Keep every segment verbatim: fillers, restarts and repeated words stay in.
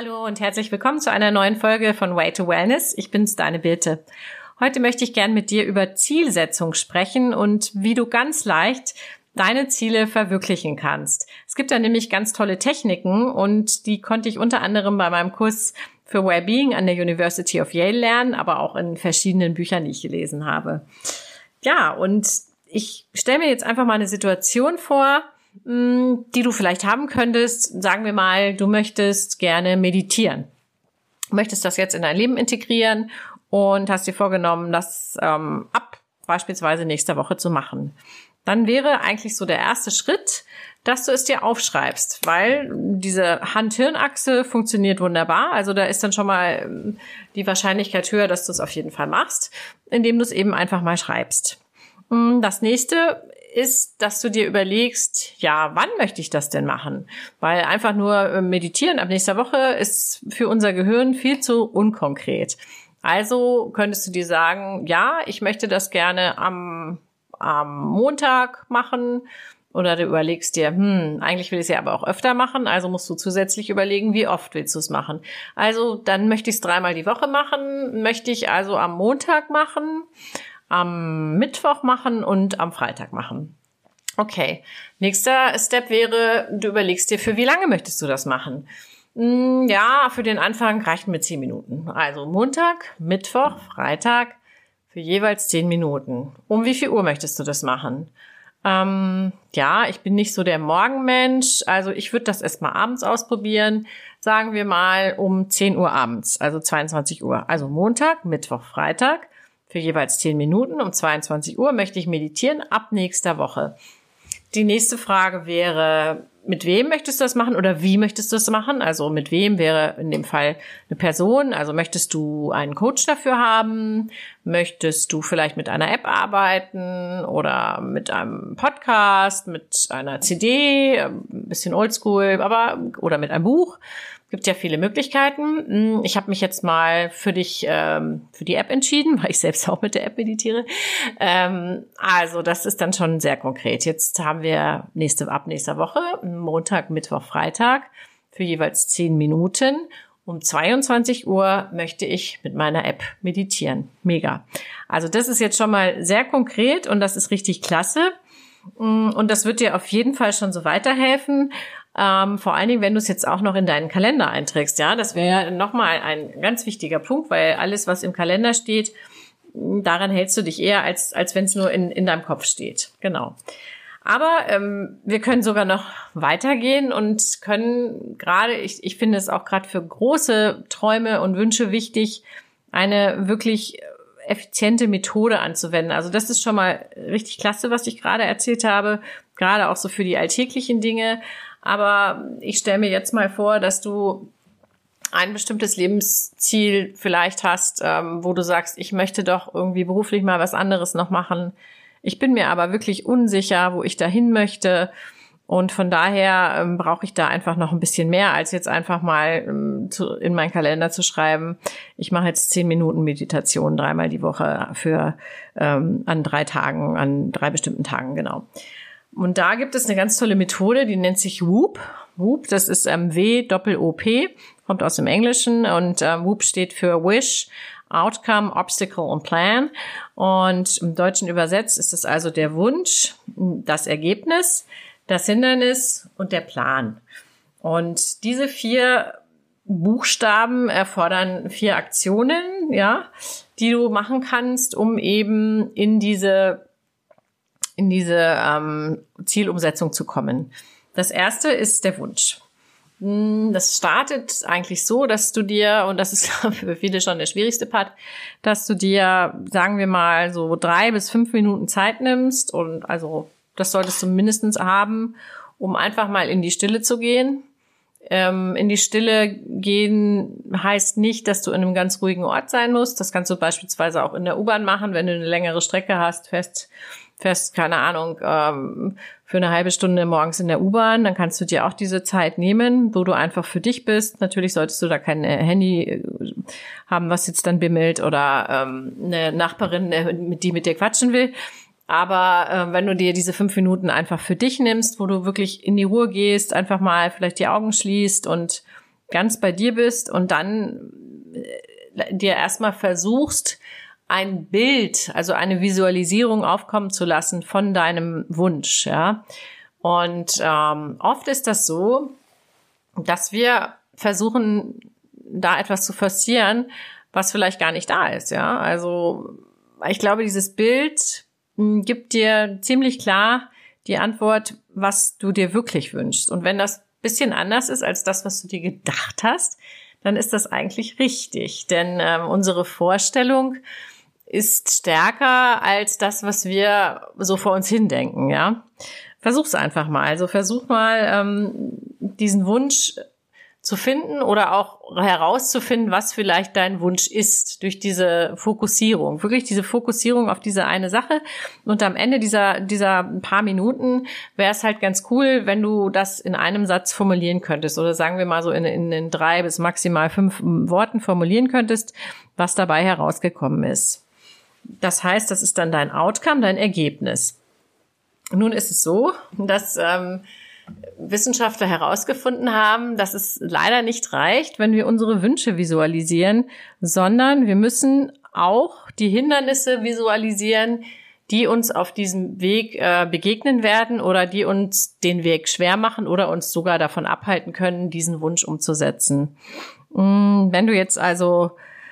Hallo und herzlich willkommen zu einer neuen Folge von Way to Wellness. Ich bin's, deine Birte. Heute möchte ich gern mit dir über Zielsetzung sprechen und wie du ganz leicht deine Ziele verwirklichen kannst. Es gibt da nämlich ganz tolle Techniken und die konnte ich unter anderem bei meinem Kurs für Wellbeing an der University of Yale lernen, aber auch in verschiedenen Büchern, die ich gelesen habe. Ja, und ich stelle mir jetzt einfach mal eine Situation vor, die du vielleicht haben könntest. Sagen wir mal, du möchtest gerne meditieren. Du möchtest das jetzt in dein Leben integrieren und hast dir vorgenommen, das ähm, ab beispielsweise nächster Woche zu machen. Dann wäre eigentlich so der erste Schritt, dass du es dir aufschreibst, weil diese Hand-Hirn-Achse funktioniert wunderbar. Also da ist dann schon mal die Wahrscheinlichkeit höher, dass du es auf jeden Fall machst, indem du es eben einfach mal schreibst. Das nächste ist, dass du dir überlegst, ja, wann möchte ich das denn machen? Weil einfach nur meditieren ab nächster Woche ist für unser Gehirn viel zu unkonkret. Also könntest du dir sagen, ja, ich möchte das gerne am, am Montag machen. Oder du überlegst dir, hm, eigentlich will ich es ja aber auch öfter machen. Also musst du zusätzlich überlegen, wie oft willst du es machen? Also dann möchte ich es dreimal die Woche machen. Möchte ich also am Montag machen, am Mittwoch machen und am Freitag machen. Okay, nächster Step wäre, du überlegst dir, für wie lange möchtest du das machen? Ja, für den Anfang reichen mir zehn Minuten. Also Montag, Mittwoch, Freitag für jeweils zehn Minuten. Um wie viel Uhr möchtest du das machen? Ähm, ja, ich bin nicht so der Morgenmensch, also ich würde das erstmal abends ausprobieren. Sagen wir mal um zehn Uhr abends, also zweiundzwanzig Uhr. Also Montag, Mittwoch, Freitag. Für jeweils zehn Minuten um zweiundzwanzig Uhr möchte ich meditieren ab nächster Woche. Die nächste Frage wäre, mit wem möchtest du das machen oder wie möchtest du das machen? Also mit wem wäre in dem Fall eine Person. Also möchtest du einen Coach dafür haben? Möchtest du vielleicht mit einer App arbeiten oder mit einem Podcast, mit einer C D, ein bisschen oldschool, aber oder mit einem Buch? Gibt ja viele Möglichkeiten. Ich habe mich jetzt mal für dich, ähm, für die App entschieden, weil ich selbst auch mit der App meditiere. Ähm, also das ist dann schon sehr konkret. Jetzt haben wir nächste, ab nächster Woche, Montag, Mittwoch, Freitag, für jeweils zehn Minuten. Um zweiundzwanzig Uhr möchte ich mit meiner App meditieren. Mega. Also das ist jetzt schon mal sehr konkret und das ist richtig klasse. Und das wird dir auf jeden Fall schon so weiterhelfen. Ähm, vor allen Dingen, wenn du es jetzt auch noch in deinen Kalender einträgst, ja, das wäre nochmal ein ganz wichtiger Punkt, weil alles, was im Kalender steht, daran hältst du dich eher, als als wenn es nur in in deinem Kopf steht. Genau. Aber ähm, wir können sogar noch weitergehen und können gerade, ich ich finde es auch gerade für große Träume und Wünsche wichtig, eine wirklich effiziente Methode anzuwenden. Also das ist schon mal richtig klasse, was ich gerade erzählt habe, gerade auch so für die alltäglichen Dinge. Aber ich stelle mir jetzt mal vor, dass du ein bestimmtes Lebensziel vielleicht hast, ähm, wo du sagst, ich möchte doch irgendwie beruflich mal was anderes noch machen. Ich bin mir aber wirklich unsicher, wo ich dahin möchte. Und von daher ähm, brauche ich da einfach noch ein bisschen mehr, als jetzt einfach mal ähm, zu, in meinen Kalender zu schreiben. Ich mache jetzt zehn Minuten Meditation dreimal die Woche für ähm, an drei Tagen, an drei bestimmten Tagen, genau. Und da gibt es eine ganz tolle Methode, die nennt sich Whoop. Whoop, das ist ähm, W Doppel O P, kommt aus dem Englischen und ähm, Whoop steht für Wish, Outcome, Obstacle und Plan. Und im Deutschen übersetzt ist es also der Wunsch, das Ergebnis, das Hindernis und der Plan. Und diese vier Buchstaben erfordern vier Aktionen, ja, die du machen kannst, um eben in diese in diese ähm, Zielumsetzung zu kommen. Das erste ist der Wunsch. Das startet eigentlich so, dass du dir, und das ist für viele schon der schwierigste Part, dass du dir, sagen wir mal, so drei bis fünf Minuten Zeit nimmst und also das solltest du mindestens haben, um einfach mal in die Stille zu gehen. Ähm, in die Stille gehen heißt nicht, dass du in einem ganz ruhigen Ort sein musst. Das kannst du beispielsweise auch in der U-Bahn machen, wenn du eine längere Strecke hast, fährst, fährst keine Ahnung, ähm, für eine halbe Stunde morgens in der U-Bahn, dann kannst du dir auch diese Zeit nehmen, wo du einfach für dich bist. Natürlich solltest du da kein Handy haben, was jetzt dann bimmelt oder ähm, eine Nachbarin, die mit dir quatschen will. Aber äh, wenn du dir diese fünf Minuten einfach für dich nimmst, wo du wirklich in die Ruhe gehst, einfach mal vielleicht die Augen schließt und ganz bei dir bist und dann dir erstmal versuchst, ein Bild, also eine Visualisierung aufkommen zu lassen von deinem Wunsch, ja. Und ähm, oft ist das so, dass wir versuchen, da etwas zu forcieren, was vielleicht gar nicht da ist, ja. Also ich glaube, dieses Bild m, gibt dir ziemlich klar die Antwort, was du dir wirklich wünschst. Und wenn das ein bisschen anders ist als das, was du dir gedacht hast, dann ist das eigentlich richtig. Denn ähm, unsere Vorstellung ist stärker als das, was wir so vor uns hindenken, ja. Versuch's einfach mal. Also versuch mal, ähm, diesen Wunsch zu finden oder auch herauszufinden, was vielleicht dein Wunsch ist durch diese Fokussierung. Wirklich diese Fokussierung auf diese eine Sache. Und am Ende dieser, dieser paar Minuten wäre es halt ganz cool, wenn du das in einem Satz formulieren könntest oder sagen wir mal so in, in, in drei bis maximal fünf Worten formulieren könntest, was dabei herausgekommen ist. Das heißt, das ist dann dein Outcome, dein Ergebnis. Nun ist es so, dass ähm, Wissenschaftler herausgefunden haben, dass es leider nicht reicht, wenn wir unsere Wünsche visualisieren, sondern wir müssen auch die Hindernisse visualisieren, die uns auf diesem Weg äh, begegnen werden oder die uns den Weg schwer machen oder uns sogar davon abhalten können, diesen Wunsch umzusetzen. Wenn du jetzt also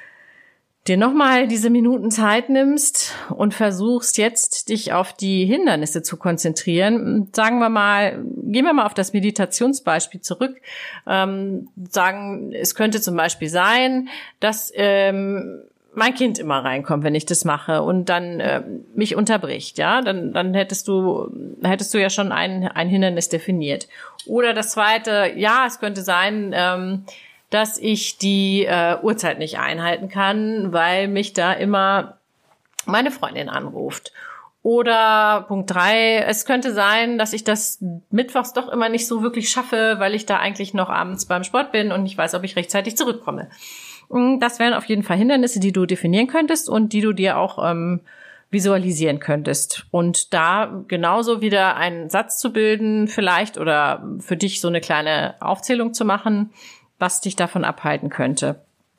dir nochmal diese Minuten Zeit nimmst und versuchst jetzt, dich auf die Hindernisse zu konzentrieren. Sagen wir mal, gehen wir mal auf das Meditationsbeispiel zurück. Ähm, sagen, es könnte zum Beispiel sein, dass ähm, mein Kind immer reinkommt, wenn ich das mache und dann äh, mich unterbricht, ja, dann dann hättest du hättest du ja schon ein ein Hindernis definiert. Oder das zweite, ja, es könnte sein, ähm, dass ich die äh, Uhrzeit nicht einhalten kann, weil mich da immer meine Freundin anruft. Oder Punkt drei, es könnte sein, dass ich das mittwochs doch immer nicht so wirklich schaffe, weil ich da eigentlich noch abends beim Sport bin und nicht weiß, ob ich rechtzeitig zurückkomme. Das wären auf jeden Fall Hindernisse, die du definieren könntest und die du dir auch ähm, visualisieren könntest. Und da genauso wieder einen Satz zu bilden vielleicht oder für dich so eine kleine Aufzählung zu machen, was dich davon abhalten könnte.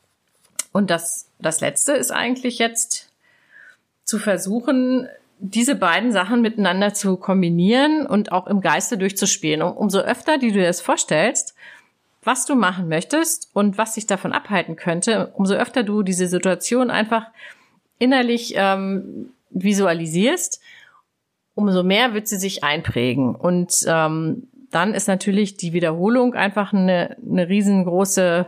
Und das, das Letzte ist eigentlich jetzt zu versuchen, diese beiden Sachen miteinander zu kombinieren und auch im Geiste durchzuspielen. Um, umso öfter, die du dir das vorstellst, was du machen möchtest und was dich davon abhalten könnte, umso öfter du diese Situation einfach innerlich ähm, visualisierst, umso mehr wird sie sich einprägen. Und ähm, dann ist natürlich die Wiederholung einfach eine, eine riesengroße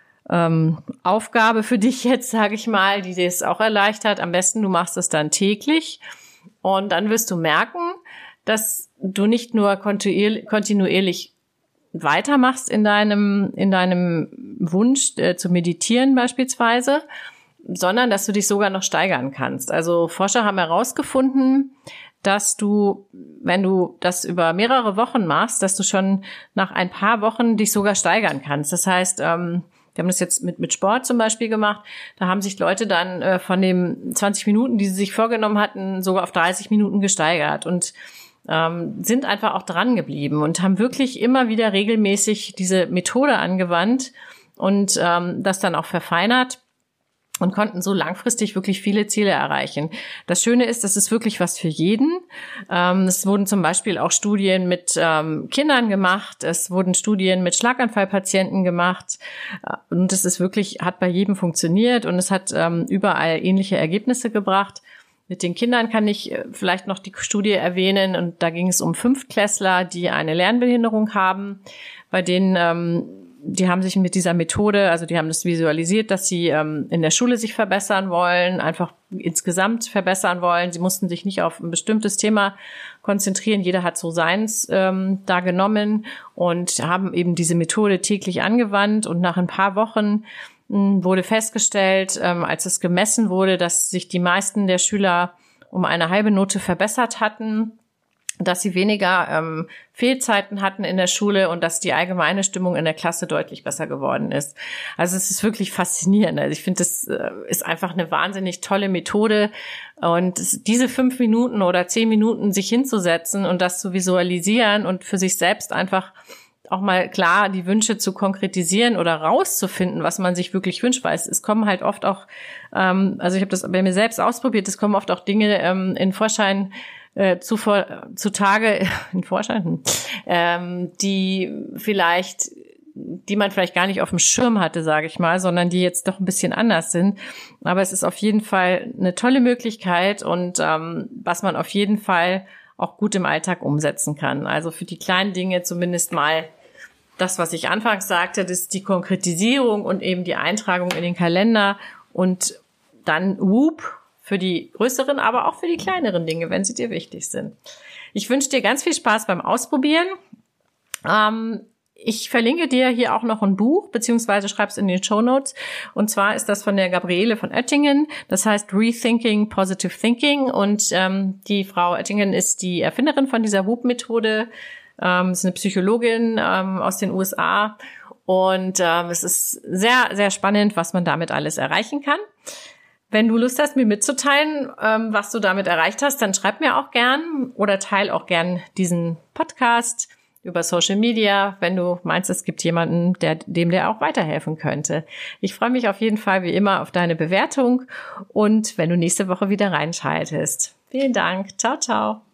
ähm, Aufgabe für dich jetzt, sage ich mal, die dir es auch erleichtert. Am besten, du machst es dann täglich und dann wirst du merken, dass du nicht nur kontinuierlich, kontinuierlich weitermachst in deinem in deinem Wunsch äh, zu meditieren beispielsweise, sondern dass du dich sogar noch steigern kannst. Also Forscher haben herausgefunden, dass du, wenn du das über mehrere Wochen machst, dass du schon nach ein paar Wochen dich sogar steigern kannst. Das heißt, ähm, wir haben das jetzt mit mit Sport zum Beispiel gemacht. Da haben sich Leute dann äh, von den zwanzig Minuten, die sie sich vorgenommen hatten, sogar auf dreißig Minuten gesteigert und ähm, sind einfach auch dran geblieben und haben wirklich immer wieder regelmäßig diese Methode angewandt und ähm, das dann auch verfeinert und konnten so langfristig wirklich viele Ziele erreichen. Das Schöne ist, das ist wirklich was für jeden. Ähm, es wurden zum Beispiel auch Studien mit ähm, Kindern gemacht, es wurden Studien mit Schlaganfallpatienten gemacht und es ist wirklich, hat bei jedem funktioniert und es hat ähm, überall ähnliche Ergebnisse gebracht. Mit den Kindern kann ich vielleicht noch die Studie erwähnen und da ging es um Fünftklässler, die eine Lernbehinderung haben, bei denen ähm, die haben sich mit dieser Methode, also die haben das visualisiert, dass sie ähm, in der Schule sich verbessern wollen, einfach insgesamt verbessern wollen. Sie mussten sich nicht auf ein bestimmtes Thema konzentrieren. Jeder hat so seins ähm, da genommen und haben eben diese Methode täglich angewandt. Und nach ein paar Wochen mh, wurde festgestellt, ähm, als es gemessen wurde, dass sich die meisten der Schüler um eine halbe Note verbessert hatten, dass sie weniger ähm, Fehlzeiten hatten in der Schule und dass die allgemeine Stimmung in der Klasse deutlich besser geworden ist. Also es ist wirklich faszinierend. Also ich finde, das äh, ist einfach eine wahnsinnig tolle Methode. Und es, diese fünf Minuten oder zehn Minuten sich hinzusetzen und das zu visualisieren und für sich selbst einfach auch mal klar die Wünsche zu konkretisieren oder rauszufinden, was man sich wirklich wünscht, weil es, es kommen halt oft auch, ähm, also ich habe das bei mir selbst ausprobiert, es kommen oft auch Dinge ähm, in Vorschein äh, zu, zutage, in Vorschein, ähm, die vielleicht, die man vielleicht gar nicht auf dem Schirm hatte, sage ich mal, sondern die jetzt doch ein bisschen anders sind. Aber es ist auf jeden Fall eine tolle Möglichkeit und ähm, was man auf jeden Fall auch gut im Alltag umsetzen kann. Also für die kleinen Dinge zumindest mal das, was ich anfangs sagte, das ist die Konkretisierung und eben die Eintragung in den Kalender und dann Whoop für die größeren, aber auch für die kleineren Dinge, wenn sie dir wichtig sind. Ich wünsche dir ganz viel Spaß beim Ausprobieren. Ähm, ich verlinke dir hier auch noch ein Buch, beziehungsweise schreib's in den Shownotes. Und zwar ist das von der Gabriele von Oettingen. Das heißt Rethinking Positive Thinking. Und ähm, die Frau Oettingen ist die Erfinderin von dieser Whoop-Methode. Ähm, ist eine Psychologin ähm, aus den U S A und ähm, es ist sehr, sehr spannend, was man damit alles erreichen kann. Wenn du Lust hast, mir mitzuteilen, ähm, was du damit erreicht hast, dann schreib mir auch gern oder teil auch gern diesen Podcast über Social Media, wenn du meinst, es gibt jemanden, der, dem der auch weiterhelfen könnte. Ich freue mich auf jeden Fall wie immer auf deine Bewertung und wenn du nächste Woche wieder reinschaltest. Vielen Dank. Ciao, ciao.